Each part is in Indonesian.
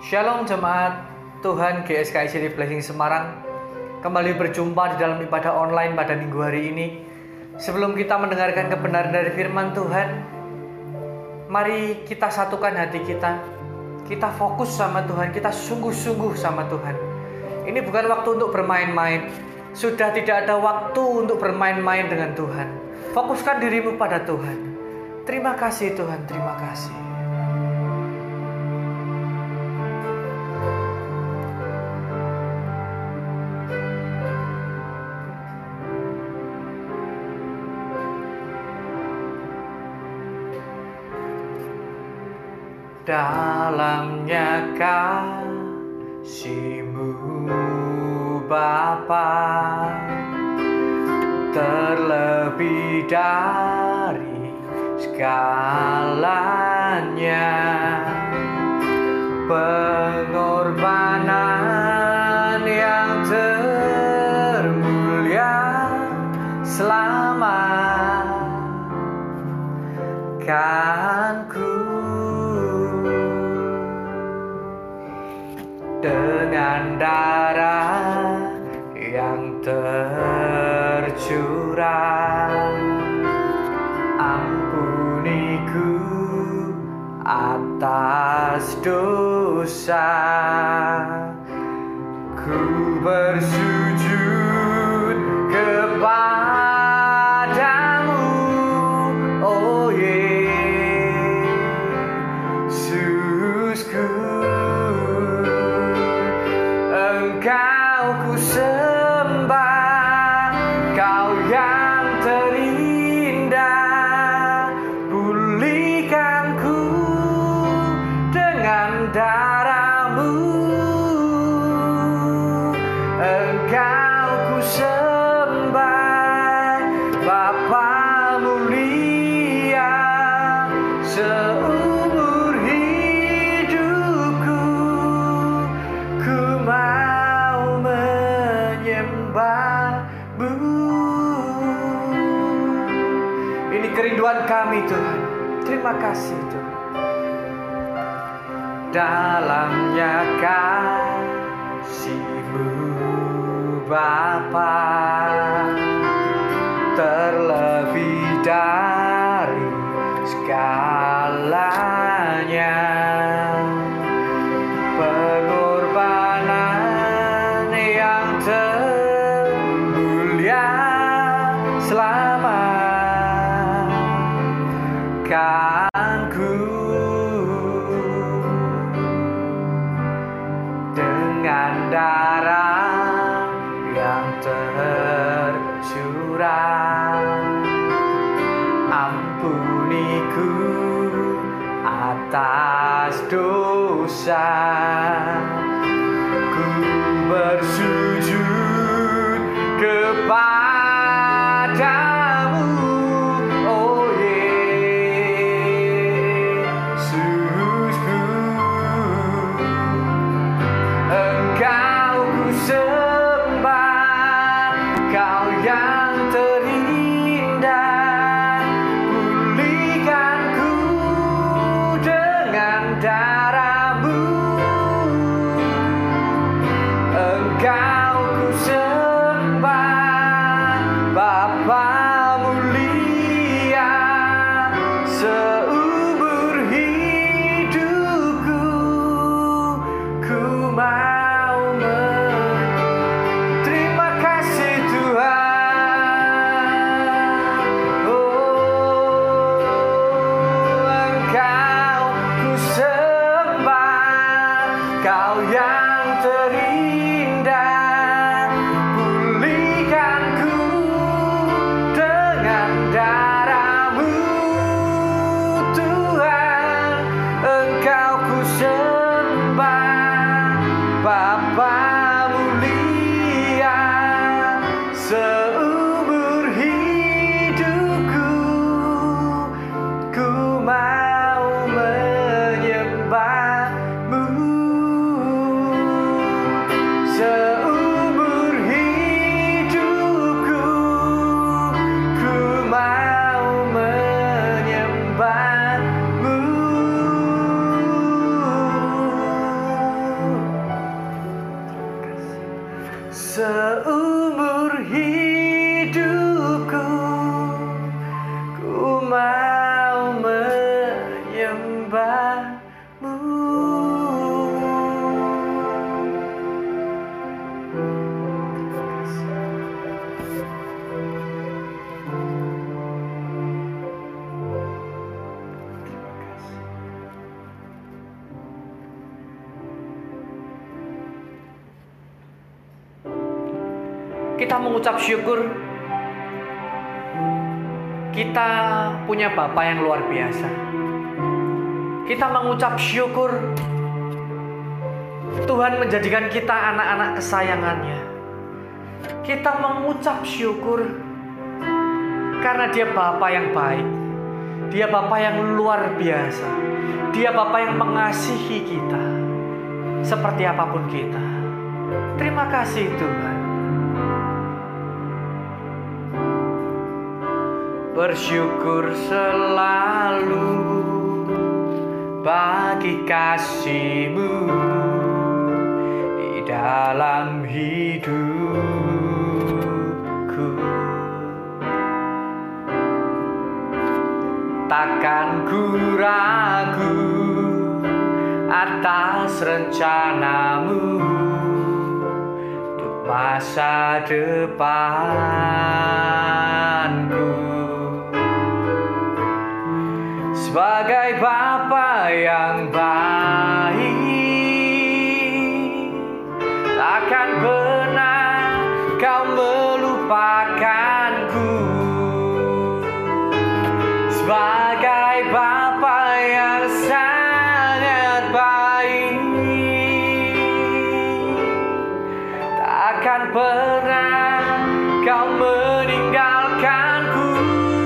Shalom jemaat Tuhan GSKI City Blessing Semarang. Kembali berjumpa di dalam ibadah online pada minggu hari ini. Sebelum kita mendengarkan kebenaran dari firman Tuhan, mari kita satukan hati kita. Kita fokus sama Tuhan, kita sungguh-sungguh sama Tuhan. Ini bukan waktu untuk bermain-main. Sudah tidak ada waktu untuk bermain-main dengan Tuhan. Fokuskan dirimu pada Tuhan. Terima kasih Tuhan, terima kasih. Dalamnya kasih-Mu Bapa, terlebih dari segalanya, pengorbanan yang termulia selamatkanku. Dengan darah yang tercurah, ampuniku atas dosa. Ku bersujud kepadamu, oh Yesusku. Engkau ku sembah, Kau yang terindah. Pulihkan ku dengan darah-Mu. Engkau ku sembah, Bapa mulia, seumur hidupku ku mau menyembah-Mu. Ini kerinduan kami Tuhan. Terima kasih Tuhan. Dalamnya kasih-Mu Bapa, terlebih dari segalanya, pengorbanan yang termulia selamatkanku. Dengan darah yang tercurah, ampuniku atas dosa. Ku bersujud kepadamu, oh Yesusku. Engkau ku sembah, Kau yang terindah. Pulihkan ku dengan darah-Mu. Engkau ku sembah, Bapa mulia, seumur hidupku ku mau terima kasih Tuhan. Oh, Engkau ku sembah, Kau yang terindah. Pulihkan ku dengan darah-Mu Tuhan. Engkau ku sembah, Bapa mulia, seumur hidupku ku mau menyembah-Mu. seumur hidupku ku mau menyembahmu. Kita mengucap syukur kita punya Bapa yang luar biasa. Kita mengucap syukur Tuhan menjadikan kita anak-anak kesayangannya. Kita mengucap syukur karena Dia Bapa yang baik. Dia Bapa yang luar biasa. Dia Bapa yang mengasihi kita seperti apapun kita. Terima kasih Tuhan. Bersyukur selalu bagi kasih-Mu di dalam hidupku. Takkan ku ragu atas rencana-Mu untuk masa depanku. Sebagai Bapa yang baik, takkan pernah Kau melupakanku. Sebagai Bapa yang sangat baik, takkan pernah Kau meninggalkanku.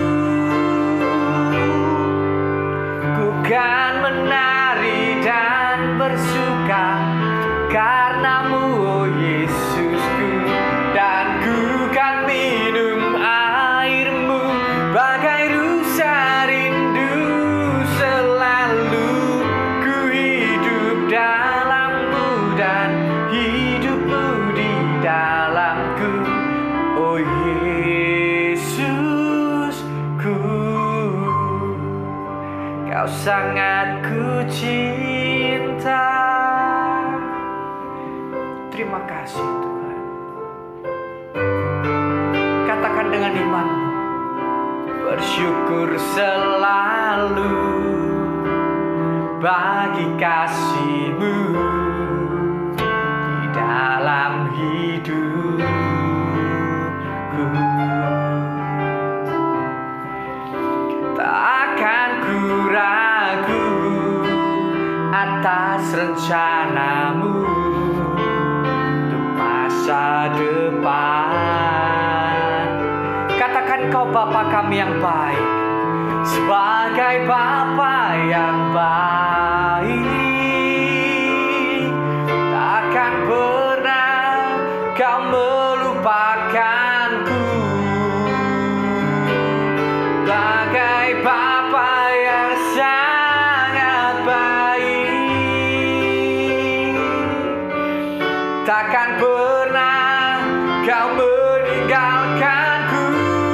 Kan menari dan bersuka karena-Mu, oh Yesusku, dan ku kan minum air-Mu bagai rusa rindu. Selalu ku hidup dalam-Mu dan hidup-Mu di dalamku, oh Yesusku. Kau sangat ku cinta. Terima kasih Tuhan. Katakan dengan iman, bersyukur selalu bagi kasih-Mu di dalam hidupku. Takkan ku ragu atas rencana-Mu untuk masa depan. Katakan Kau Bapa kami yang baik. Sebagai Bapa yang baik, takkan pernah Kau melupakanku. Bagai Bapa yang sangat baik, takkan pernah Kau meninggalkanku.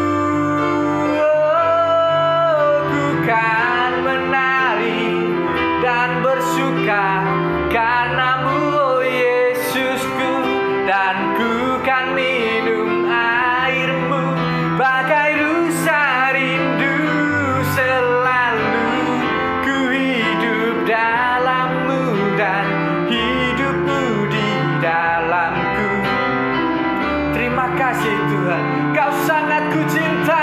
Ku kan menari dan bersuka karena-Mu, oh Yesusku, dan ku kan minum air-Mu bagai rusa rindu. Selalu ku hidup dalam-Mu dan hidup-Mu di dalamku. Terima kasih Tuhan, Kau sangat ku cinta.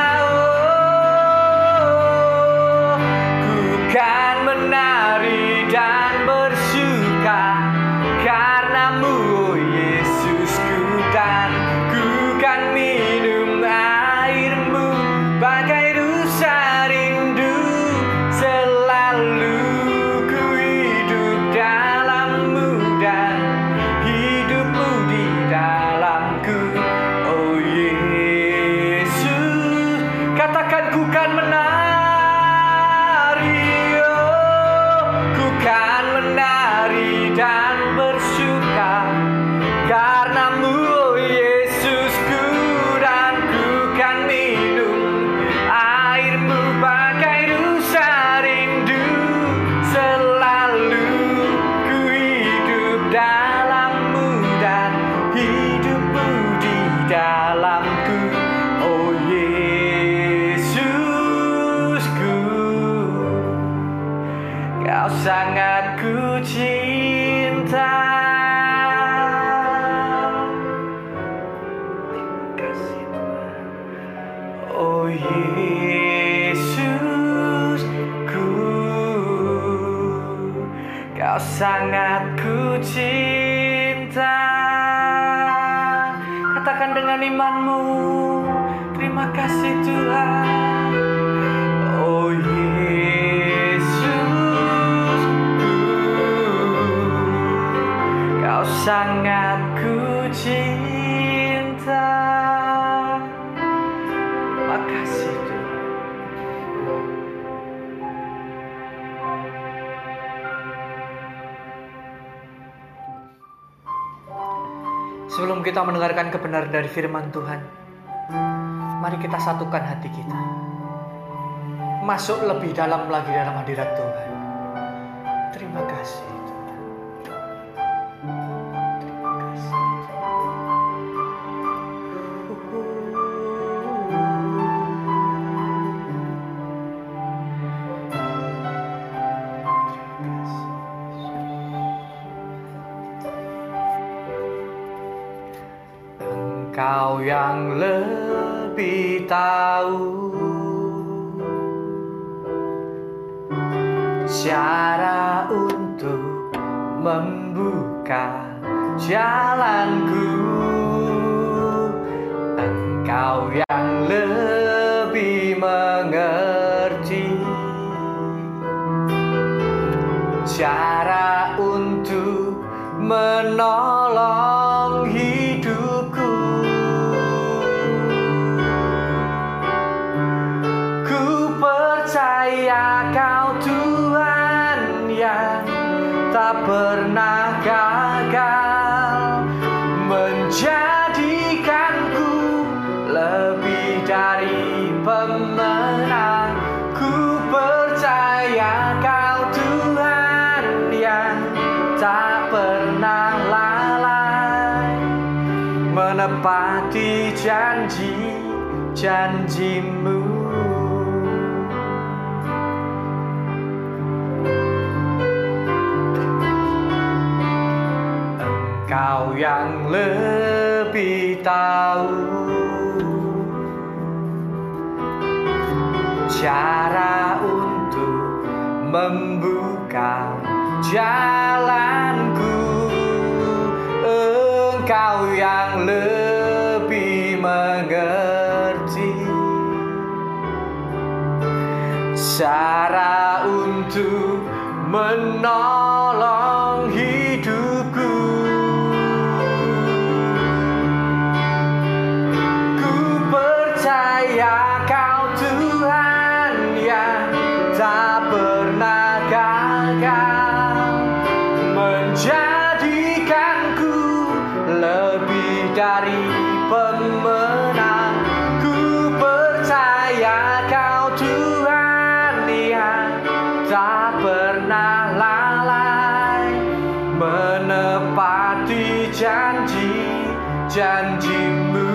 Ku kan menari dan bersuka karena-Mu, oh Yesusku, dan ku kan minum air-Mu bagai rusa rindu. Selalu ku hidup dalam-Mu dan hidup-Mu di dalamku, oh Yesus. sangat ku cinta. Katakan dengan imanmu, terima kasih Tuhan. Oh Yesusku, Kau sangat ku cinta. Makasih Tuhan. Sebelum kita mendengarkan kebenaran dari firman Tuhan, mari kita satukan hati kita. Masuk lebih dalam lagi dalam hadirat Tuhan. Terima kasih Tuhan. Terima kasih Engkau yang lebih tahu cara untuk membuka jalanku. Engkau yang lebih mengerti cara untuk menolong hidupku. Ku percaya Kau Tuhan yang tak pernah gagal, menjadikanku lebih dari pemenang. Ku percaya Kau Tuhan yang tak pernah lalai, menepati janji-janjimu. Engkau yang lebih tahu cara untuk membuka jalanku. Engkau yang lebih mengerti cara untuk menolong hidupku. Ku percaya Kau Tuhan yang tak pernah gagal, menjadikanku lebih dari pemenang. Ku percaya Kau Tuhan yang tak pernah lalai, menepati janji-janjimu.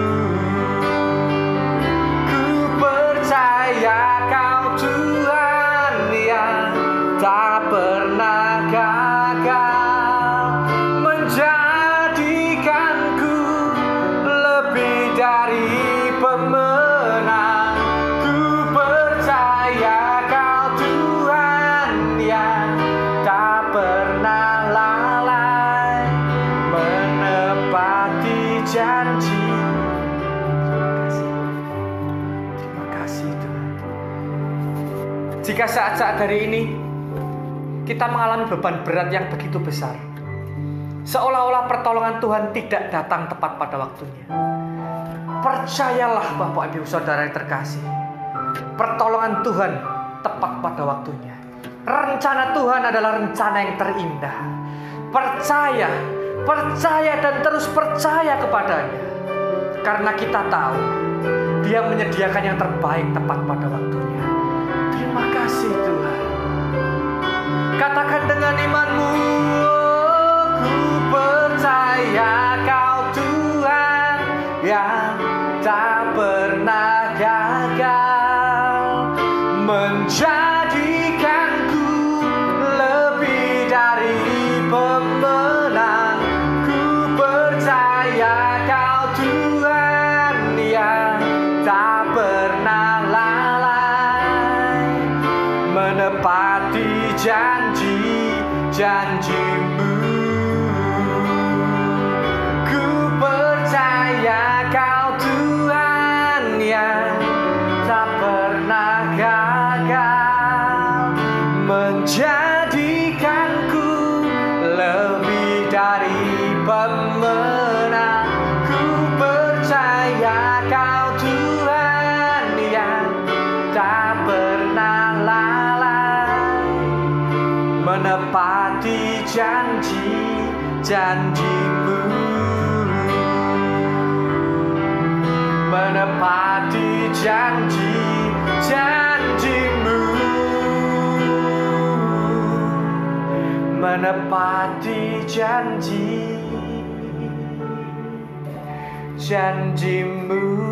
Ku percaya Kau Tuhan yang tak pernah gagal, menjadikanku lebih dari pemenang. Ku percaya Kau Tuhan yang tak pernah lalai, menepati janji. Terima kasih Tuhan. Jika saat-saat hari ini kita mengalami beban berat yang begitu besar, seolah-olah pertolongan Tuhan tidak datang tepat pada waktunya, percayalah Bapak Ibu Saudara yang terkasih, pertolongan Tuhan tepat pada waktunya. Rencana Tuhan adalah rencana yang terindah. Percaya dan terus percaya kepadanya, karena kita tahu Dia menyediakan yang terbaik tepat pada waktunya. Terima kasih Tuhan. Katakan dengan imanmu, ku percaya Kau Tuhan yang tak pernah gagal, menjadikanku lebih dari pemenang. Ku percaya Kau Tuhan yang tak pernah lalai, menepati janji-janji. cari pemenang. Ku percaya Kau Tuhan yang tak pernah lalai, menepati janji-janji-Mu, menepati janji-janji-Mu, menepati janji-janji-Mu.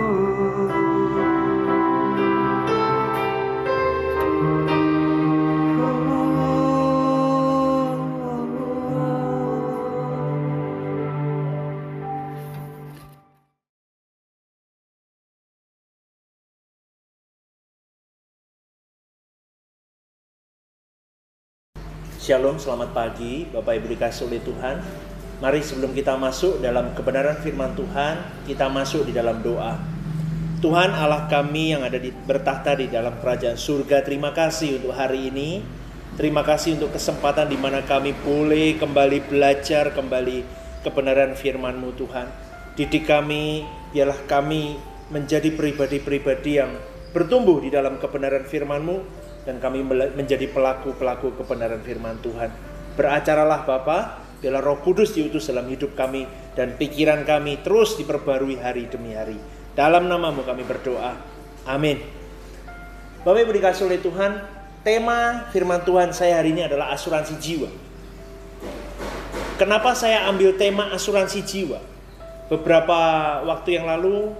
Shalom, selamat pagi Bapak Ibu dikasih oleh Tuhan. Mari sebelum kita masuk dalam kebenaran firman Tuhan, kita masuk di dalam doa. Tuhan Allah kami yang bertahta di dalam kerajaan surga, terima kasih untuk hari ini. Terima kasih untuk kesempatan di mana kami boleh kembali belajar kembali kebenaran firman-Mu Tuhan. Didik kami, biarlah kami menjadi pribadi-pribadi yang bertumbuh di dalam kebenaran firman-Mu, dan kami menjadi pelaku-pelaku kebenaran firman Tuhan. Beracaralah Bapa, biarlah Roh Kudus diutus dalam hidup kami, dan pikiran kami terus diperbarui hari demi hari. Dalam nama-Mu kami berdoa. Amin. Bapak Ibu dikasih oleh Tuhan, tema firman Tuhan saya hari ini adalah asuransi jiwa. Kenapa saya ambil tema asuransi jiwa? Beberapa waktu yang lalu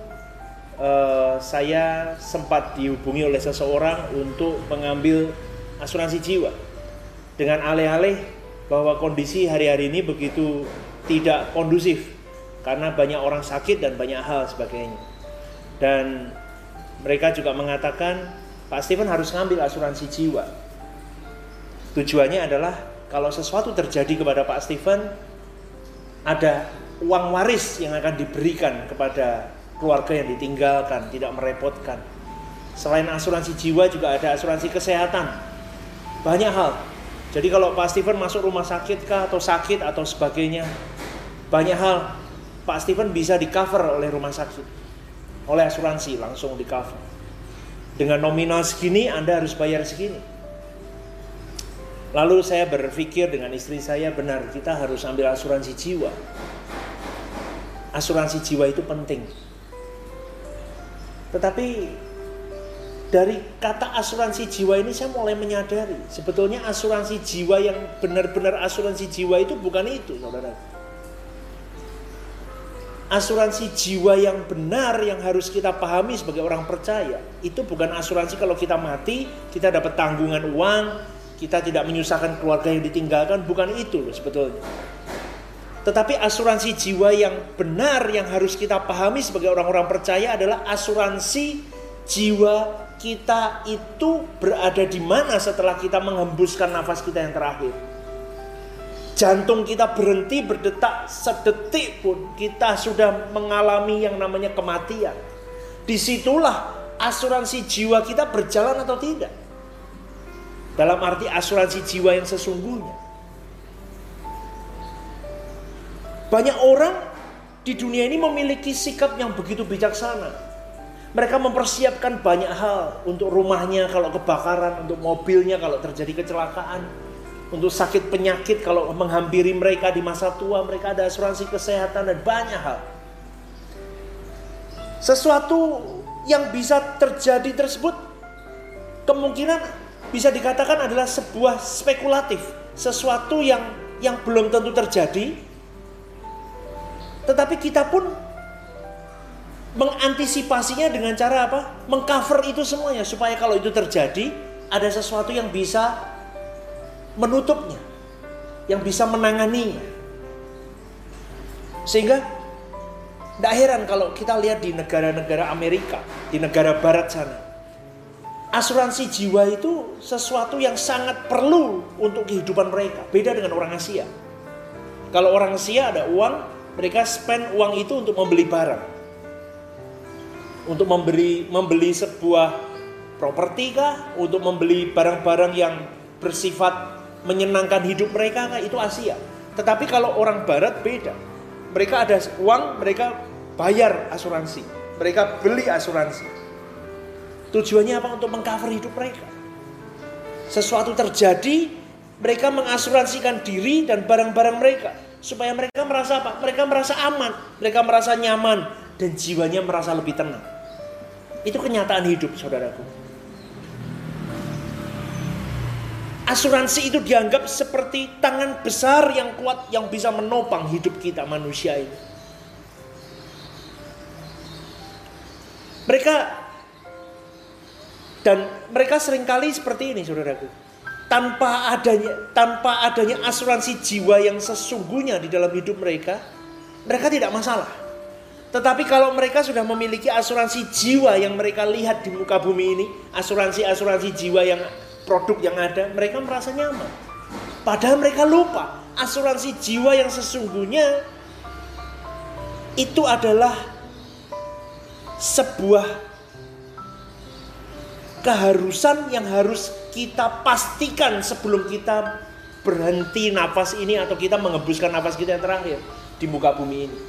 saya sempat dihubungi oleh seseorang untuk mengambil asuransi jiwa, dengan alih-alih bahwa kondisi hari-hari ini begitu tidak kondusif karena banyak orang sakit dan banyak hal sebagainya. Dan mereka juga mengatakan Pak Stephen harus ngambil asuransi jiwa. Tujuannya adalah kalau sesuatu terjadi kepada Pak Stephen, ada uang waris yang akan diberikan kepada keluarga yang ditinggalkan, tidak merepotkan. Selain asuransi jiwa juga ada asuransi kesehatan. Banyak hal. Jadi kalau Pak Stephen masuk rumah sakit kah, atau sakit atau sebagainya, banyak hal Pak Stephen bisa di cover oleh rumah sakit, oleh asuransi langsung di cover. Dengan nominal segini Anda harus bayar segini. Lalu saya berpikir dengan istri saya, benar kita harus ambil asuransi jiwa. Asuransi jiwa itu penting. Tetapi dari kata asuransi jiwa ini saya mulai menyadari, sebetulnya asuransi jiwa yang benar-benar asuransi jiwa itu bukan itu, saudara. Asuransi jiwa yang benar yang harus kita pahami sebagai orang percaya, itu bukan asuransi kalau kita mati, kita dapat tanggungan uang, kita tidak menyusahkan keluarga yang ditinggalkan, bukan itu loh sebetulnya. Tetapi asuransi jiwa yang benar yang harus kita pahami sebagai orang-orang percaya adalah asuransi jiwa kita itu berada di mana setelah kita menghembuskan nafas kita yang terakhir. Jantung kita berhenti berdetak sedetik pun, kita sudah mengalami yang namanya kematian. Disitulah asuransi jiwa kita berjalan atau tidak. Dalam arti asuransi jiwa yang sesungguhnya. Banyak orang di dunia ini memiliki sikap yang begitu bijaksana. Mereka mempersiapkan banyak hal untuk rumahnya kalau kebakaran, untuk mobilnya kalau terjadi kecelakaan, untuk sakit penyakit kalau menghampiri mereka di masa tua, mereka ada asuransi kesehatan dan banyak hal. Sesuatu yang bisa terjadi tersebut kemungkinan bisa dikatakan adalah sebuah spekulatif, sesuatu yang belum tentu terjadi. Tetapi kita pun mengantisipasinya dengan cara apa? Mengcover itu semuanya supaya kalau itu terjadi ada sesuatu yang bisa menutupnya, yang bisa menanganinya. Sehingga tidak heran kalau kita lihat di negara-negara Amerika, di negara barat sana, asuransi jiwa itu sesuatu yang sangat perlu untuk kehidupan mereka. Beda dengan orang Asia. Kalau orang Asia ada uang, mereka spend uang itu untuk membeli barang, untuk membeli sebuah properti kah, untuk membeli barang-barang yang bersifat menyenangkan hidup mereka kah, itu Asia. Tetapi kalau orang barat beda. Mereka ada uang, mereka bayar asuransi. Mereka beli asuransi. Tujuannya apa? Untuk mengcover hidup mereka. Sesuatu terjadi, mereka mengasuransikan diri dan barang-barang mereka. Supaya mereka merasa apa? Mereka merasa aman, mereka merasa nyaman, dan jiwanya merasa lebih tenang. Itu kenyataan hidup, saudaraku. Asuransi itu dianggap seperti tangan besar yang kuat yang bisa menopang hidup kita manusia ini. Mereka seringkali seperti ini, saudaraku. Tanpa adanya asuransi jiwa yang sesungguhnya di dalam hidup mereka tidak masalah. Tetapi kalau mereka sudah memiliki asuransi jiwa yang mereka lihat di muka bumi ini, asuransi jiwa yang produk yang ada, mereka merasa nyaman. Padahal mereka lupa asuransi jiwa yang sesungguhnya itu adalah sebuah keharusan yang harus kita pastikan sebelum kita berhenti nafas ini atau kita mengembuskan nafas kita yang terakhir di muka bumi ini.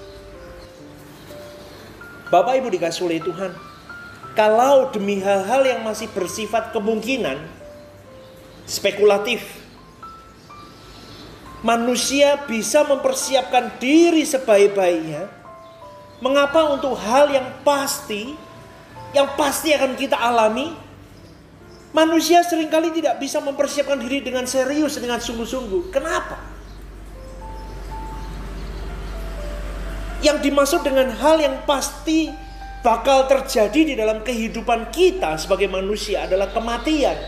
Bapak Ibu dikasih oleh Tuhan, kalau demi hal-hal yang masih bersifat kemungkinan, spekulatif, manusia bisa mempersiapkan diri sebaik-baiknya. Mengapa untuk hal yang pasti akan kita alami, manusia seringkali tidak bisa mempersiapkan diri dengan serius, dengan sungguh-sungguh. Kenapa? Yang dimaksud dengan hal yang pasti bakal terjadi di dalam kehidupan kita sebagai manusia adalah kematian.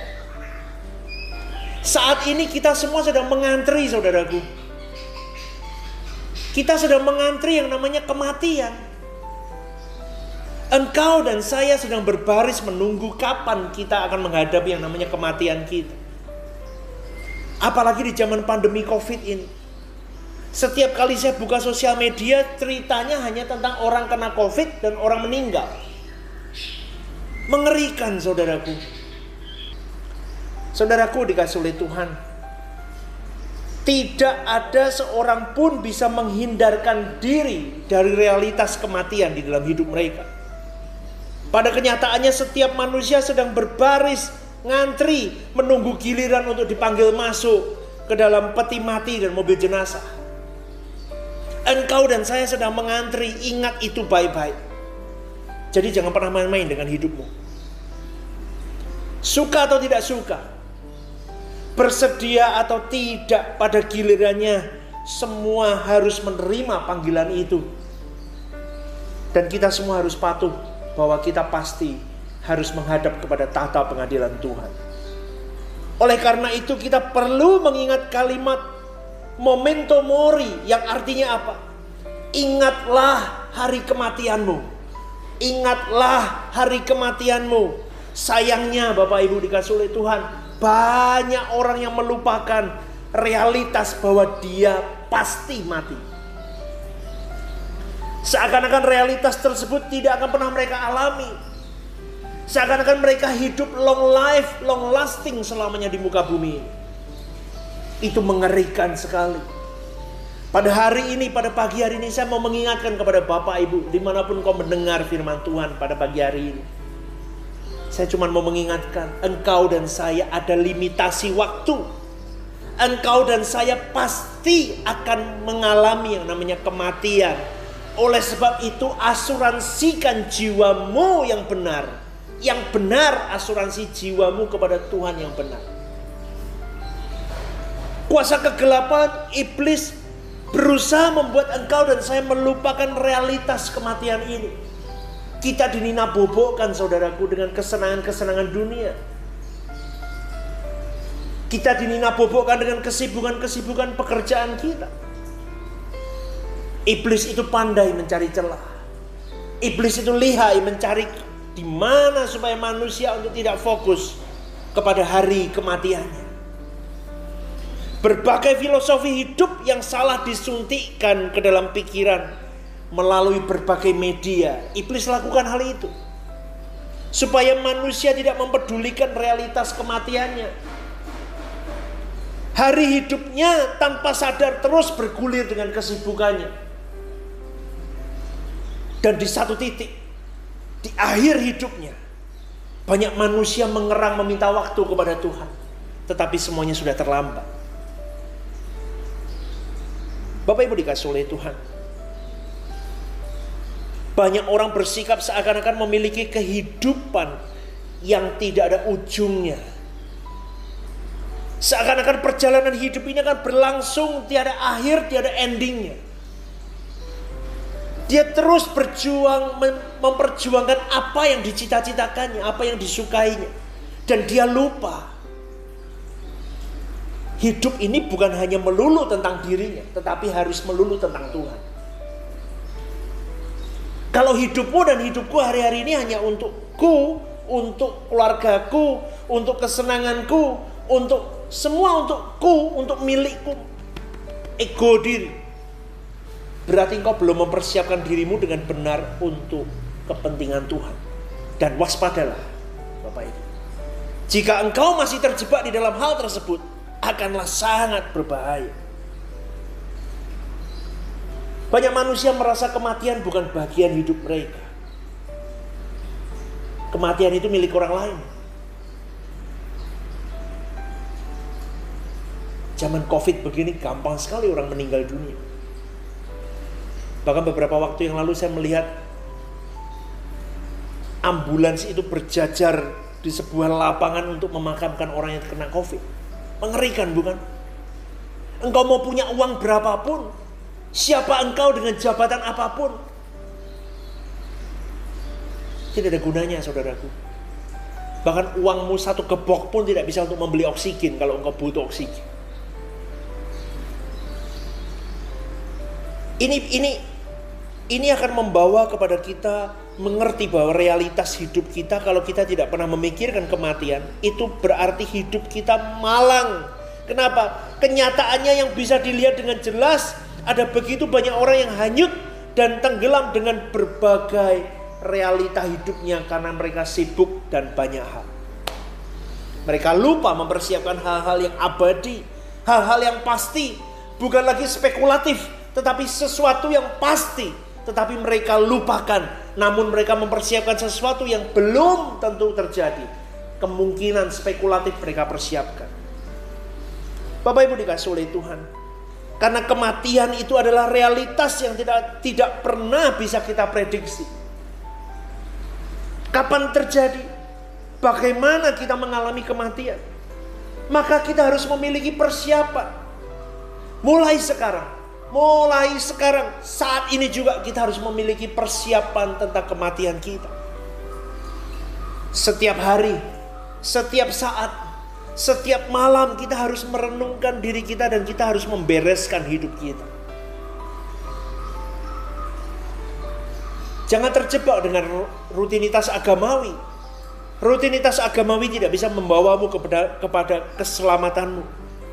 Saat ini kita semua sedang mengantri, saudaraku. Kita sedang mengantri yang namanya kematian. Engkau dan saya sedang berbaris menunggu kapan kita akan menghadapi yang namanya kematian kita. Apalagi di zaman pandemi COVID ini. Setiap kali saya buka sosial media, ceritanya hanya tentang orang kena COVID dan orang meninggal. Mengerikan, saudaraku. Saudaraku dikasih oleh Tuhan, tidak ada seorang pun bisa menghindarkan diri dari realitas kematian di dalam hidup mereka. Pada kenyataannya setiap manusia sedang berbaris, ngantri, menunggu giliran untuk dipanggil masuk ke dalam peti mati dan mobil jenazah. Engkau dan saya sedang mengantri, ingat itu baik-baik. Jadi jangan pernah main-main dengan hidupmu. Suka atau tidak suka, bersedia atau tidak, pada gilirannya semua harus menerima panggilan itu. Dan kita semua harus patuh bahwa kita pasti harus menghadap kepada tahta pengadilan Tuhan. Oleh karena itu kita perlu mengingat kalimat memento mori, yang artinya apa? Ingatlah hari kematianmu. Ingatlah hari kematianmu. Sayangnya Bapak Ibu dikasih oleh Tuhan, banyak orang yang melupakan realitas bahwa dia pasti mati. Seakan-akan realitas tersebut tidak akan pernah mereka alami. Seakan-akan mereka hidup long life, long lasting selamanya di muka bumi. Itu mengerikan sekali. Pada hari ini, pada pagi hari ini, saya mau mengingatkan kepada Bapak Ibu, dimanapun kau mendengar firman Tuhan pada pagi hari ini. Saya cuma mau mengingatkan, engkau dan saya ada limitasi waktu. Engkau dan saya pasti akan mengalami yang namanya kematian. Oleh sebab itu, asuransikan jiwamu yang benar. Yang benar, asuransi jiwamu kepada Tuhan yang benar. Kuasa kegelapan, iblis berusaha membuat engkau dan saya melupakan realitas kematian ini. Kita dinina-bobokkan, saudaraku, dengan kesenangan-kesenangan dunia. Kita dinina-bobokkan dengan kesibukan-kesibukan pekerjaan kita. Iblis itu pandai mencari celah. Iblis itu lihai mencari di mana supaya manusia untuk tidak fokus kepada hari kematiannya. Berbagai filosofi hidup yang salah disuntikkan ke dalam pikiran melalui berbagai media. Iblis lakukan hal itu supaya manusia tidak mempedulikan realitas kematiannya. Hari hidupnya tanpa sadar terus bergulir dengan kesibukannya. Dan di satu titik, di akhir hidupnya, banyak manusia mengerang meminta waktu kepada Tuhan. Tetapi semuanya sudah terlambat. Bapak Ibu dikasih oleh Tuhan. Banyak orang bersikap seakan-akan memiliki kehidupan yang tidak ada ujungnya. Seakan-akan perjalanan hidup ini akan berlangsung tiada akhir, tiada endingnya. Dia terus berjuang, memperjuangkan apa yang dicita-citakannya, apa yang disukainya. Dan dia lupa. Hidup ini bukan hanya melulu tentang dirinya, tetapi harus melulu tentang Tuhan. Kalau hidupmu dan hidupku hari-hari ini hanya untukku, untuk keluargaku, untuk kesenanganku, untuk semua untukku, untuk milikku, ego diri, berarti engkau belum mempersiapkan dirimu dengan benar untuk kepentingan Tuhan. Dan waspadalah Bapak Ibu, jika engkau masih terjebak di dalam hal tersebut, akanlah sangat berbahaya. Banyak manusia merasa kematian bukan bagian hidup mereka. Kematian itu milik orang lain. Zaman COVID begini gampang sekali orang meninggal dunia. Bahkan beberapa waktu yang lalu saya melihat ambulans itu berjajar di sebuah lapangan untuk memakamkan orang yang terkena COVID. Mengerikan bukan? Engkau mau punya uang berapapun, siapa engkau dengan jabatan apapun, tidak ada gunanya saudaraku. Bahkan uangmu satu gebok pun tidak bisa untuk membeli oksigen kalau engkau butuh oksigen. Ini akan membawa kepada kita mengerti bahwa realitas hidup kita, kalau kita tidak pernah memikirkan kematian, itu berarti hidup kita malang. Kenapa? Kenyataannya yang bisa dilihat dengan jelas, ada begitu banyak orang yang hanyut dan tenggelam dengan berbagai realita hidupnya karena mereka sibuk dan banyak hal. Mereka lupa mempersiapkan hal-hal yang abadi, hal-hal yang pasti, bukan lagi spekulatif, tetapi sesuatu yang pasti. Tetapi mereka lupakan, namun mereka mempersiapkan sesuatu yang belum tentu terjadi. Kemungkinan spekulatif mereka persiapkan. Bapak Ibu dikasih oleh Tuhan, karena kematian itu adalah realitas yang tidak pernah bisa kita prediksi. Kapan terjadi? Bagaimana kita mengalami kematian? Maka kita harus memiliki persiapan. Mulai sekarang, saat ini juga kita harus memiliki persiapan tentang kematian kita. Setiap hari, setiap saat, setiap malam kita harus merenungkan diri kita dan kita harus membereskan hidup kita. Jangan terjebak dengan rutinitas agamawi. Rutinitas agamawi tidak bisa membawamu kepada keselamatanmu.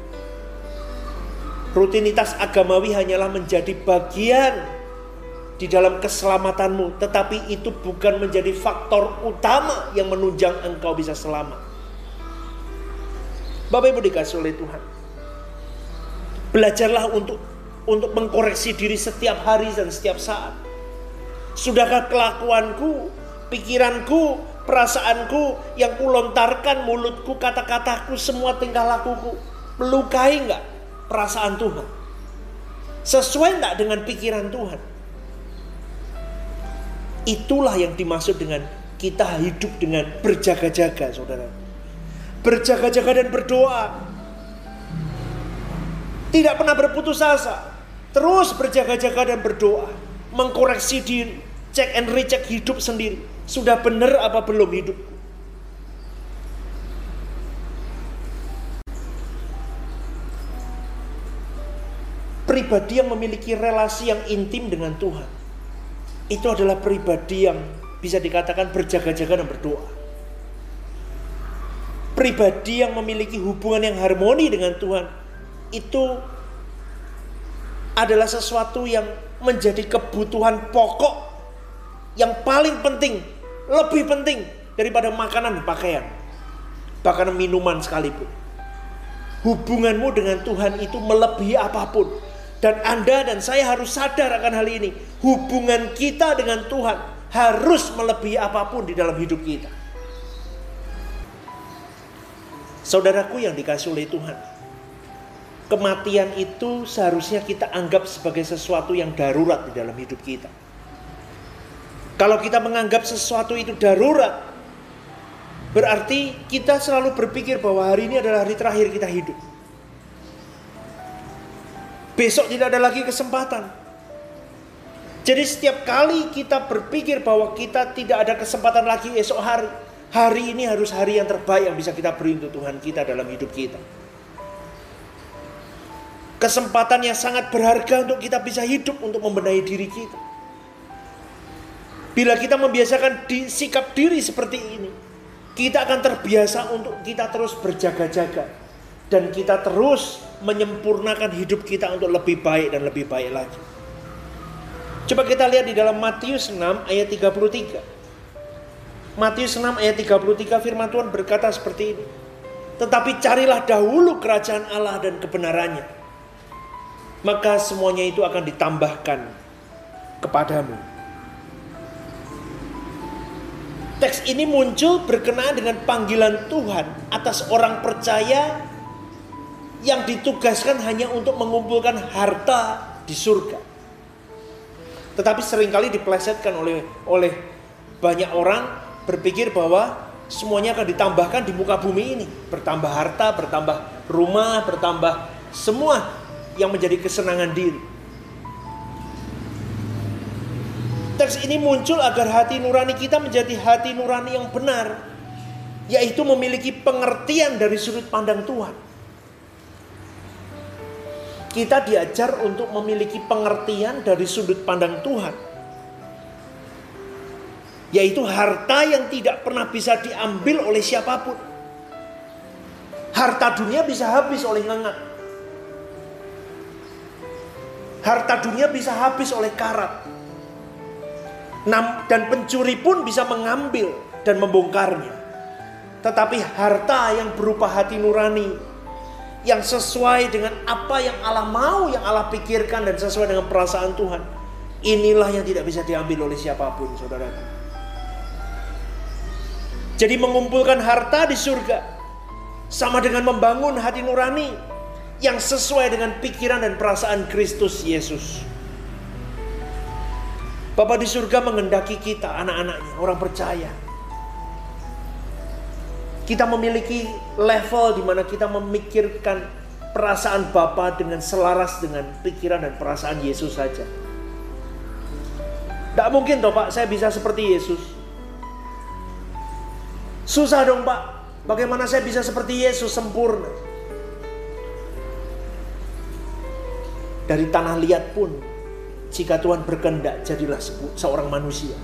Rutinitas agamawi hanyalah menjadi bagian di dalam keselamatanmu, tetapi itu bukan menjadi faktor utama yang menunjang engkau bisa selamat. Bapak Ibu dikasih oleh Tuhan, belajarlah untuk mengkoreksi diri setiap hari dan setiap saat. Sudahkah kelakuanku, pikiranku, perasaanku yang kulontarkan, mulutku, kata-kataku, semua tingkah lakuku melukai enggak perasaan Tuhan? Sesuai enggak dengan pikiran Tuhan? Itulah yang dimaksud dengan kita hidup dengan berjaga-jaga, saudara. Berjaga-jaga dan berdoa. Tidak pernah berputus asa. Terus berjaga-jaga dan berdoa. Mengkoreksi diri. Cek and recheck hidup sendiri. Sudah benar apa belum hidupku? Pribadi yang memiliki relasi yang intim dengan Tuhan, itu adalah pribadi yang bisa dikatakan berjaga-jaga dan berdoa. Pribadi yang memiliki hubungan yang harmoni dengan Tuhan, itu adalah sesuatu yang menjadi kebutuhan pokok yang paling penting, lebih penting daripada makanan dan pakaian, bahkan minuman sekalipun. Hubunganmu dengan Tuhan itu melebihi apapun. Dan Anda dan saya harus sadar akan hal ini. Hubungan kita dengan Tuhan harus melebihi apapun di dalam hidup kita. Saudaraku yang dikasihi oleh Tuhan, kematian itu seharusnya kita anggap sebagai sesuatu yang darurat di dalam hidup kita. Kalau kita menganggap sesuatu itu darurat, berarti kita selalu berpikir bahwa hari ini adalah hari terakhir kita hidup. Besok tidak ada lagi kesempatan. Jadi setiap kali kita berpikir bahwa kita tidak ada kesempatan lagi esok hari, hari ini harus hari yang terbaik yang bisa kita beri untuk Tuhan kita dalam hidup kita. Kesempatan yang sangat berharga untuk kita bisa hidup untuk membenahi diri kita. Bila kita membiasakan sikap diri seperti ini, kita akan terbiasa untuk kita terus berjaga-jaga. Dan kita terus menyempurnakan hidup kita untuk lebih baik dan lebih baik lagi. Coba kita lihat di dalam Matius 6 ayat 33. Matius 6 ayat 33 firman Tuhan berkata seperti ini. Tetapi carilah dahulu kerajaan Allah dan kebenarannya, maka semuanya itu akan ditambahkan kepadamu. Teks ini muncul berkenaan dengan panggilan Tuhan atas orang percaya yang ditugaskan hanya untuk mengumpulkan harta di surga. Tetapi seringkali dipelesetkan oleh banyak orang, berpikir bahwa semuanya akan ditambahkan di muka bumi ini. Bertambah harta, bertambah rumah, bertambah semua yang menjadi kesenangan diri. Teks ini muncul agar hati nurani kita menjadi hati nurani yang benar, yaitu memiliki pengertian dari sudut pandang Tuhan. Kita diajar untuk memiliki pengertian dari sudut pandang Tuhan, yaitu harta yang tidak pernah bisa diambil oleh siapapun. Harta dunia bisa habis oleh ngengat. Harta dunia bisa habis oleh karat. Dan pencuri pun bisa mengambil dan membongkarnya. Tetapi harta yang berupa hati nurani, yang sesuai dengan apa yang Allah mau, yang Allah pikirkan dan sesuai dengan perasaan Tuhan, inilah yang tidak bisa diambil oleh siapapun, saudara. Jadi mengumpulkan harta di surga sama dengan membangun hati nurani yang sesuai dengan pikiran dan perasaan Kristus Yesus. Bapa di surga menghendaki kita, anak-anaknya, orang percaya, kita memiliki level di mana kita memikirkan perasaan Bapa dengan selaras dengan pikiran dan perasaan Yesus saja. Tidak mungkin toh Pak, saya bisa seperti Yesus. Susah dong Pak, bagaimana saya bisa seperti Yesus sempurna? Dari tanah liat pun, jika Tuhan berkehendak, jadilah seorang manusia.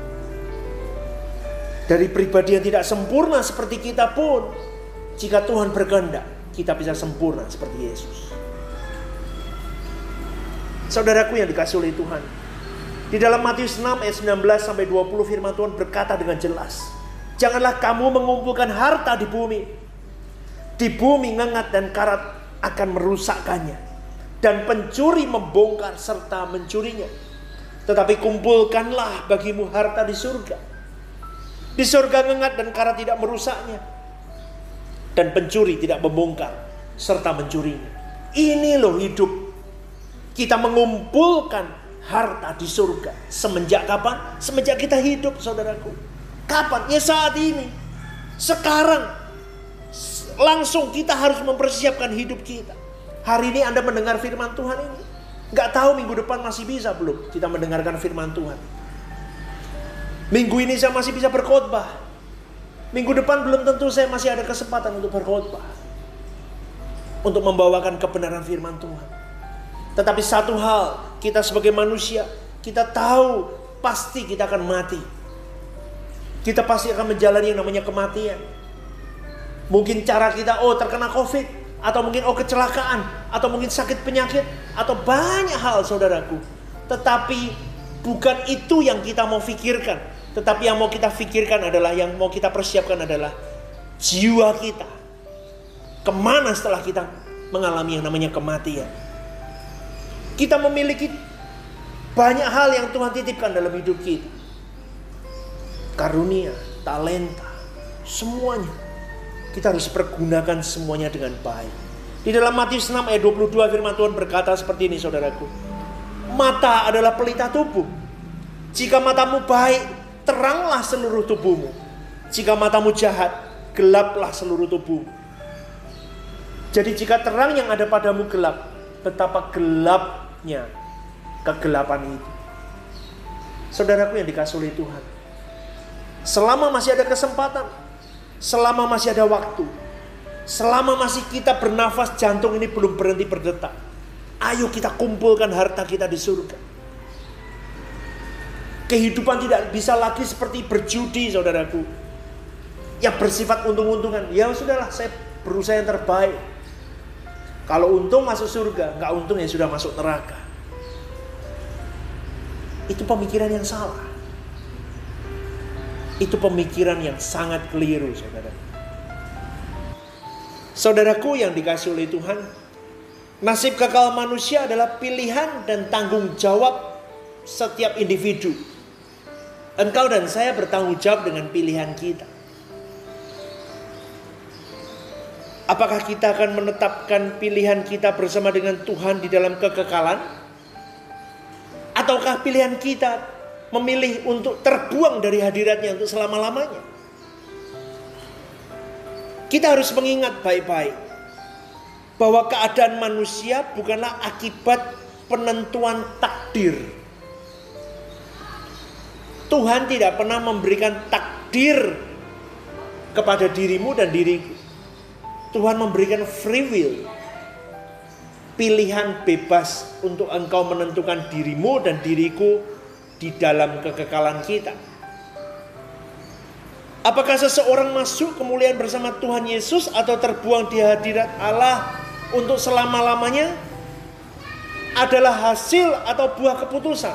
Dari pribadi yang tidak sempurna seperti kita pun, jika Tuhan berkehendak, kita bisa sempurna seperti Yesus. Saudaraku yang dikasihi oleh Tuhan, di dalam Matius 6 ayat 19-20 firman Tuhan berkata dengan jelas, janganlah kamu mengumpulkan harta di bumi. Di bumi ngengat dan karat akan merusakkannya, dan pencuri membongkar serta mencurinya. Tetapi kumpulkanlah bagimu harta di surga. Di surga ngengat dan karat tidak merusaknya, dan pencuri tidak membongkar serta mencurinya. Ini loh hidup. Kita mengumpulkan harta di surga. Semenjak kapan? Semenjak kita hidup, saudaraku. Kapan? Ya saat ini. Sekarang. Langsung kita harus mempersiapkan hidup kita. Hari ini Anda mendengar firman Tuhan ini. Gak tahu minggu depan masih bisa belum kita mendengarkan firman Tuhan. Minggu ini saya masih bisa berkhotbah. Minggu depan belum tentu saya masih ada kesempatan untuk berkhotbah, untuk membawakan kebenaran firman Tuhan. Tetapi satu hal, kita sebagai manusia, kita tahu pasti kita akan mati. Kita pasti akan menjalani yang namanya kematian. Mungkin cara kita, terkena COVID, atau mungkin kecelakaan, atau mungkin sakit penyakit, atau banyak hal, saudaraku. Tetapi bukan itu yang kita mau pikirkan. Tetapi yang mau kita pikirkan adalah, yang mau kita persiapkan adalah jiwa kita. Kemana setelah kita mengalami yang namanya kematian? Kita memiliki banyak hal yang Tuhan titipkan dalam hidup kita. Karunia, talenta, semuanya. Kita harus pergunakan semuanya dengan baik. Di dalam Matius 6 ayat 22 firman Tuhan berkata seperti ini, saudaraku. Mata adalah pelita tubuh. Jika matamu baik, teranglah seluruh tubuhmu. Jika matamu jahat, gelaplah seluruh tubuhmu. Jadi jika terang yang ada padamu gelap, betapa gelapnya kegelapan itu. Saudaraku yang dikasihi oleh Tuhan, selama masih ada kesempatan, selama masih ada waktu, selama masih kita bernafas, jantung ini belum berhenti berdetak, ayo kita kumpulkan harta kita di surga. Kehidupan tidak bisa lagi seperti berjudi, saudaraku, yang bersifat untung-untungan. Ya sudahlah, saya berusaha yang terbaik. Kalau untung masuk surga, nggak untung ya sudah masuk neraka. Itu pemikiran yang salah. Itu pemikiran yang sangat keliru, saudara. Saudaraku yang dikasihi oleh Tuhan, nasib kekal manusia adalah pilihan dan tanggung jawab setiap individu. Engkau dan saya bertanggung jawab dengan pilihan kita. Apakah kita akan menetapkan pilihan kita bersama dengan Tuhan di dalam kekekalan? Ataukah pilihan kita memilih untuk terbuang dari hadiratnya untuk selama-lamanya? Kita harus mengingat baik-baik bahwa keadaan manusia bukanlah akibat penentuan takdir. Tuhan tidak pernah memberikan takdir kepada dirimu dan diriku. Tuhan memberikan free will, pilihan bebas untuk engkau menentukan dirimu dan diriku di dalam kekekalan kita. Apakah seseorang masuk kemuliaan bersama Tuhan Yesus atau terbuang di hadirat Allah untuk selama-lamanya adalah hasil atau buah keputusan.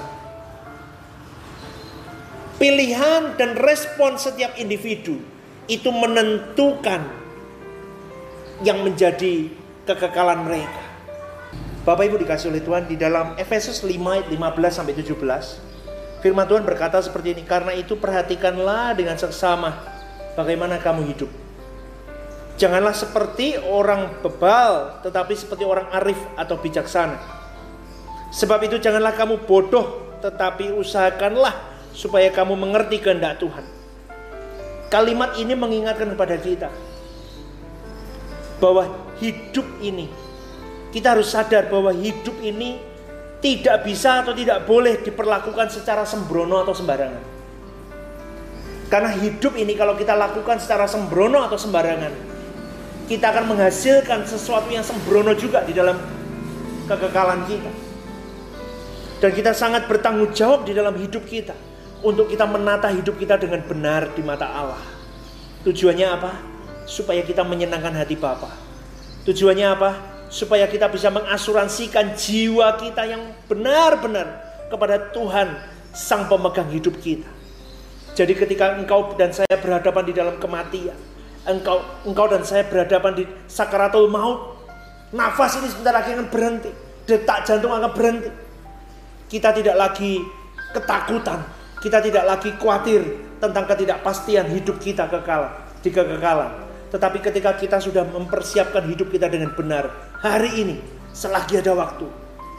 Pilihan dan respon setiap individu itu menentukan yang menjadi kekekalan mereka. Bapak Ibu dikasihi oleh Tuhan, di dalam Efesus 5 ayat 15 sampai 17, firman Tuhan berkata seperti ini, karena itu perhatikanlah dengan seksama bagaimana kamu hidup. Janganlah seperti orang bebal, tetapi seperti orang arif atau bijaksana. Sebab itu janganlah kamu bodoh, tetapi usahakanlah supaya kamu mengerti kehendak Tuhan. Kalimat ini mengingatkan kepada kita bahwa hidup ini, kita harus sadar bahwa hidup ini tidak bisa atau tidak boleh diperlakukan secara sembrono atau sembarangan. Karena hidup ini kalau kita lakukan secara sembrono atau sembarangan, kita akan menghasilkan sesuatu yang sembrono juga di dalam kekekalan kita. Dan kita sangat bertanggung jawab di dalam hidup kita untuk kita menata hidup kita dengan benar di mata Allah. Tujuannya apa? Supaya kita menyenangkan hati Bapa. Tujuannya apa? Supaya kita bisa mengasuransikan jiwa kita yang benar-benar kepada Tuhan, Sang Pemegang hidup kita. Jadi ketika engkau dan saya berhadapan di dalam kematian, engkau dan saya berhadapan di sakaratul maut, nafas ini sebentar lagi akan berhenti, detak jantung akan berhenti. Kita tidak lagi ketakutan, kita tidak lagi khawatir tentang ketidakpastian hidup kita di kekekalan. Tetapi ketika kita sudah mempersiapkan hidup kita dengan benar, hari ini, selagi ada waktu,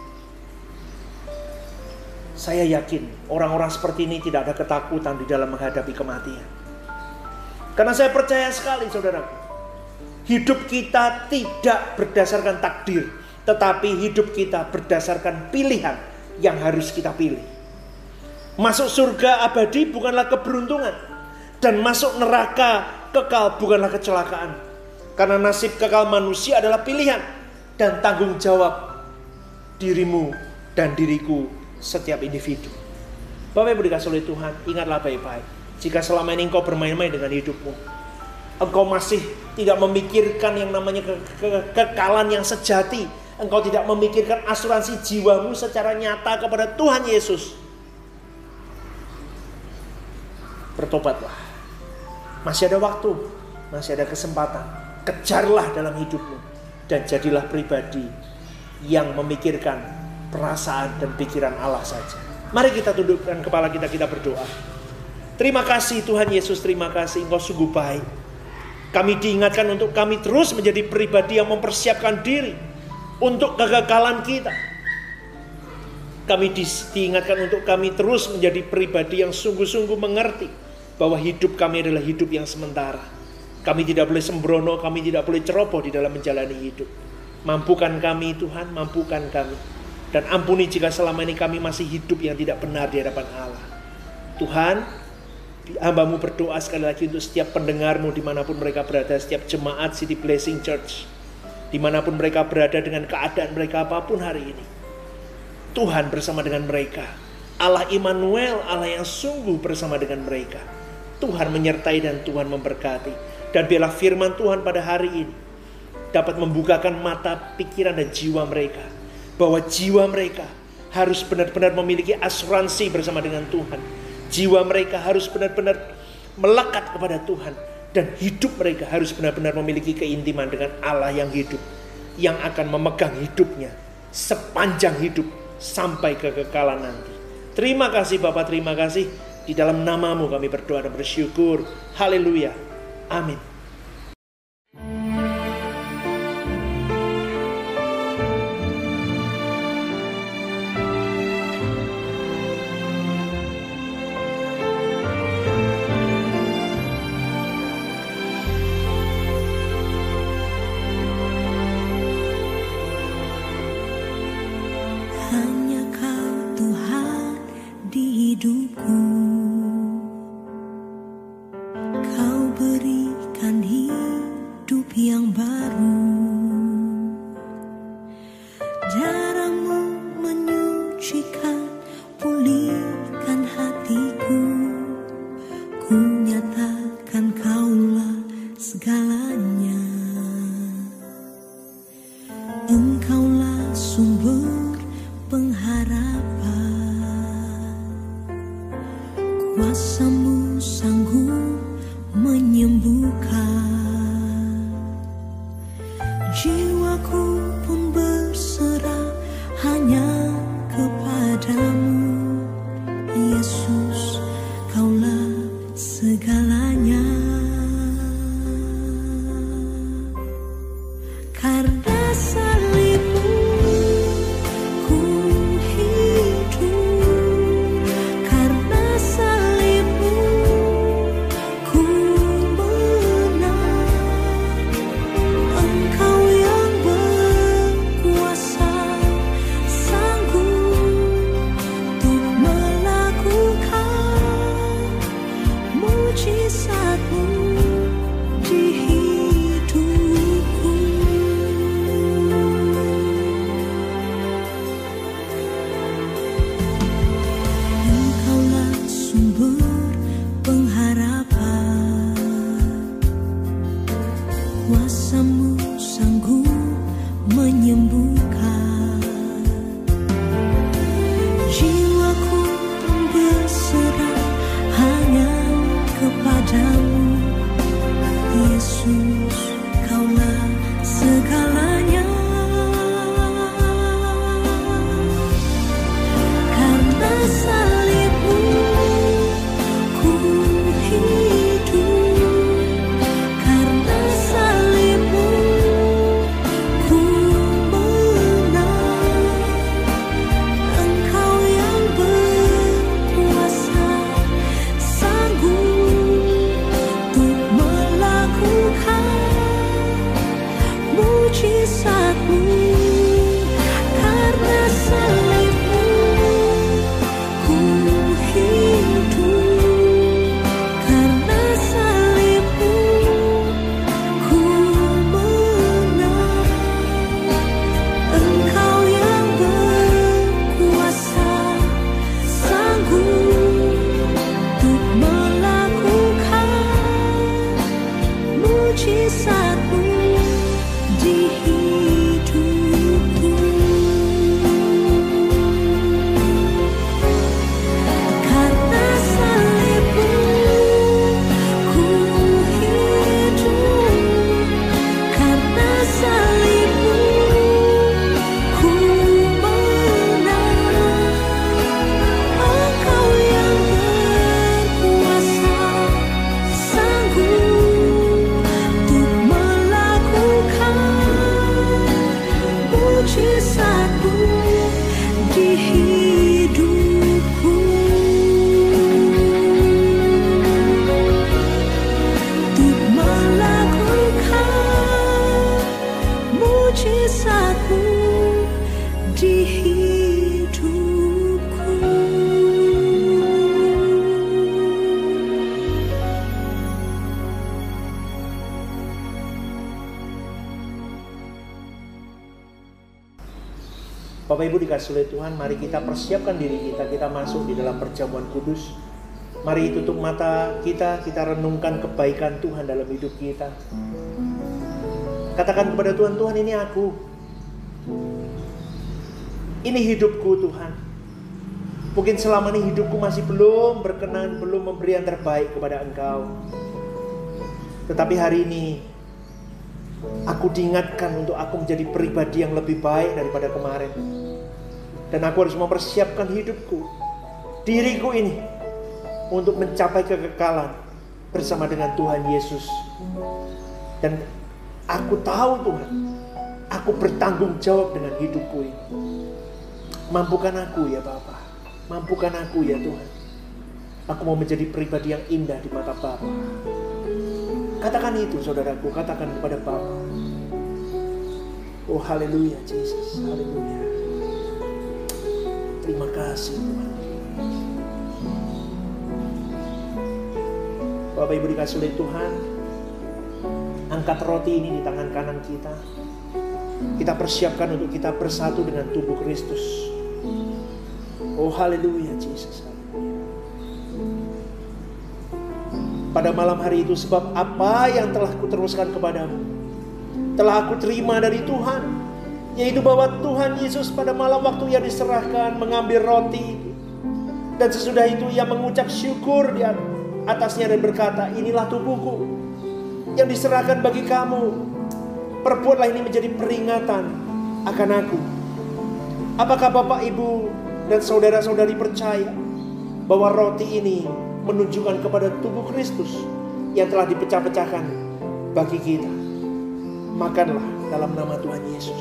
saya yakin orang-orang seperti ini tidak ada ketakutan di dalam menghadapi kematian. Karena saya percaya sekali, saudara, hidup kita tidak berdasarkan takdir, tetapi hidup kita berdasarkan pilihan yang harus kita pilih. Masuk surga abadi bukanlah keberuntungan, dan masuk neraka kekal bukanlah kecelakaan. Karena nasib kekal manusia adalah pilihan dan tanggung jawab dirimu dan diriku, setiap individu. Bapak Ibu dikasihi oleh Tuhan, ingatlah baik-baik. Jika selama ini engkau bermain-main dengan hidupmu, engkau masih tidak memikirkan yang namanya kekekalan yang sejati, engkau tidak memikirkan asuransi jiwamu secara nyata kepada Tuhan Yesus, bertobatlah. Masih ada waktu, masih ada kesempatan. kejarlah dalam hidupmu dan jadilah pribadi yang memikirkan perasaan dan pikiran Allah saja. Mari kita tundukkan kepala kita berdoa. Terima kasih Tuhan Yesus, terima kasih Engkau sungguh baik. Kami diingatkan untuk kami terus menjadi pribadi yang mempersiapkan diri untuk kegagalan kita. Kami diingatkan untuk kami terus menjadi pribadi yang sungguh-sungguh mengerti bahwa hidup kami adalah hidup yang sementara. Kami tidak boleh sembrono, kami tidak boleh ceroboh di dalam menjalani hidup. Mampukan kami Tuhan, mampukan kami. Dan ampuni jika selama ini kami masih hidup yang tidak benar di hadapan Allah. Tuhan, hamba-Mu berdoa sekali lagi untuk setiap pendengar-Mu dimanapun mereka berada, setiap jemaat City Blessing Church, dimanapun mereka berada dengan keadaan mereka apapun hari ini. Tuhan bersama dengan mereka. Allah Immanuel, Allah yang sungguh bersama dengan mereka. Tuhan menyertai dan Tuhan memberkati. Dan biarlah firman Tuhan pada hari ini dapat membukakan mata, pikiran dan jiwa mereka. Bahwa jiwa mereka harus benar-benar memiliki asuransi bersama dengan Tuhan. Jiwa mereka harus benar-benar melekat kepada Tuhan. Dan hidup mereka harus benar-benar memiliki keintiman dengan Allah yang hidup. Yang akan memegang hidupnya sepanjang hidup sampai kekekalan nanti. Terima kasih Bapa, terima kasih. Di dalam nama-Mu kami berdoa dan bersyukur. Haleluya. Amin. Hanya Kau Tuhan di hidupku. Kau berikan hidup yang baru. Darah-Mu menyucikan, pulihkan hatiku. Ku nyatakan Kaulah segalanya. Engkaulah sumber pengharapan. Kuasa-Mu sanggup menyembuhkan. Jiwaku pun berserah hanya kepadamu. Yesus, Kaulah segalanya. Karena salib-Mu ku hidup. Karena salib-Mu ku menang. Engkau yang Bapak Ibu dikasih oleh Tuhan, mari kita persiapkan diri kita, kita masuk di dalam perjamuan kudus. Mari tutup mata kita renungkan kebaikan Tuhan dalam hidup kita. Katakan kepada Tuhan, Tuhan ini aku. Ini hidupku Tuhan. Mungkin selama ini hidupku masih belum berkenan, belum memberi yang terbaik kepada Engkau. Tetapi hari ini, aku diingatkan untuk aku menjadi pribadi yang lebih baik daripada kemarin. Dan aku harus mempersiapkan hidupku, diriku ini, untuk mencapai kekekalan bersama dengan Tuhan Yesus. Dan aku tahu Tuhan, aku bertanggung jawab dengan hidupku ini. Mampukan aku ya Bapa, mampukan aku ya Tuhan. Aku mau menjadi pribadi yang indah di mata Bapa. Katakan itu saudaraku, katakan kepada Bapa. Oh haleluya Yesus, haleluya. Terima kasih Tuhan. Bapak Ibu dikasih oleh Tuhan, angkat roti ini di tangan kanan kita. Kita persiapkan untuk kita bersatu dengan tubuh Kristus. Oh haleluya Yesus. Pada malam hari itu, sebab apa yang telah kuteruskan kepadamu telah aku terima dari Tuhan, yaitu bahwa Tuhan Yesus pada malam waktu Ia diserahkan mengambil roti, dan sesudah itu Ia mengucap syukur di atasnya dan berkata, inilah tubuhku yang diserahkan bagi kamu. Perbuatlah ini menjadi peringatan akan aku. Apakah Bapak Ibu dan saudara-saudari percaya bahwa roti ini menunjukkan kepada tubuh Kristus yang telah dipecah-pecahkan bagi kita? Makanlah dalam nama Tuhan Yesus.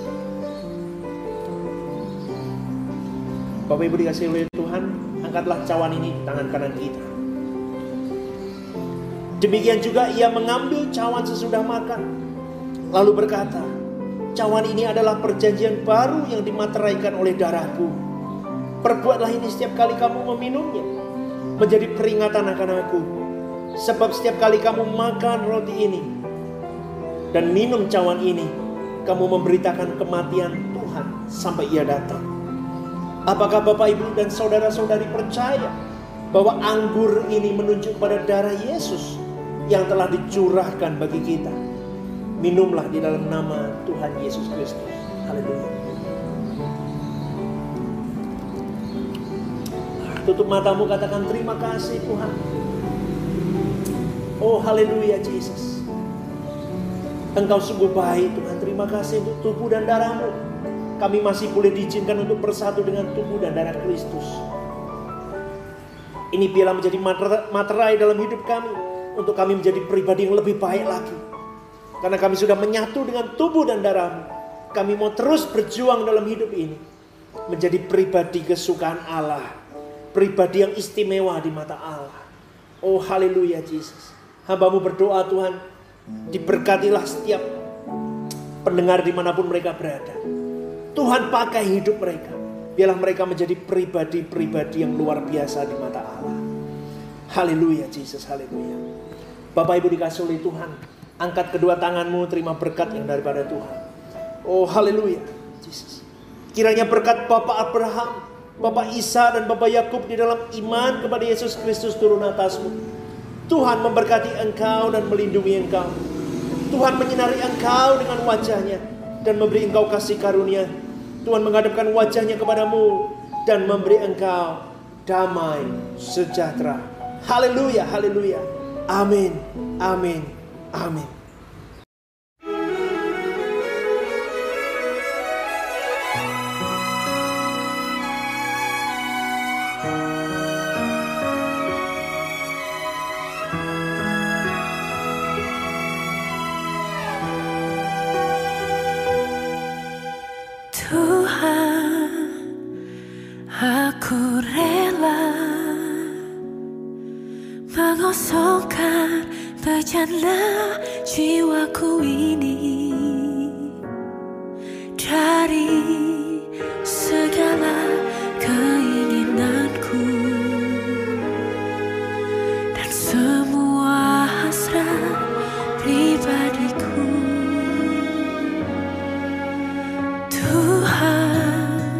Bapak Ibu dikasihi oleh Tuhan, angkatlah cawan ini di tangan kanan kita. Demikian juga Ia mengambil cawan sesudah makan, lalu berkata, cawan ini adalah perjanjian baru yang dimateraikan oleh darahku. Perbuatlah ini setiap kali kamu meminumnya, menjadi peringatan akan aku. Sebab setiap kali kamu makan roti ini dan minum cawan ini, kamu memberitakan kematian Tuhan sampai Ia datang. Apakah Bapak Ibu dan saudara-saudari percaya bahwa anggur ini menunjuk pada darah Yesus yang telah dicurahkan bagi kita? Minumlah di dalam nama Tuhan Yesus Kristus. Haleluya. Tutup matamu, katakan terima kasih Tuhan. Oh haleluya Yesus. Engkau sungguh baik Tuhan. Terima kasih untuk tubuh dan darah-Mu. Kami masih boleh diizinkan untuk bersatu dengan tubuh dan darah Kristus. Ini biarlah menjadi materai dalam hidup kami, untuk kami menjadi pribadi yang lebih baik lagi. Karena kami sudah menyatu dengan tubuh dan darah-Mu. Kami mau terus berjuang dalam hidup ini, menjadi pribadi kesukaan Allah, pribadi yang istimewa di mata Allah. Oh haleluya Yesus. Hamba-Mu berdoa Tuhan, diberkatilah setiap pendengar dimanapun mereka berada. Tuhan pakai hidup mereka, biarlah mereka menjadi pribadi-pribadi yang luar biasa di mata Allah. Haleluya Yesus, haleluya. Bapak Ibu dikasih oleh Tuhan, angkat kedua tanganmu, terima berkat yang daripada Tuhan. Oh haleluya Yesus. Kiranya berkat Bapak Abraham, Bapak Isa dan Bapak Yakub di dalam iman kepada Yesus Kristus turun atasmu. Tuhan memberkati engkau dan melindungi engkau. Tuhan menyinari engkau dengan wajahnya dan memberi engkau kasih karunia. Tuhan menghadapkan wajahnya kepadamu dan memberi engkau damai sejahtera. Haleluya, haleluya. Amin, amin, amin. Aku rela mengosongkan bejana jiwaku ini dari segala keinginanku dan semua hasrat pribadiku. Tuhan,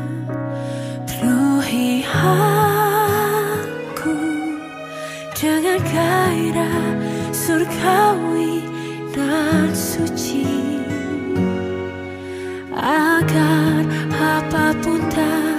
aku dengan gairah surgawi dan suci, agar apapun tak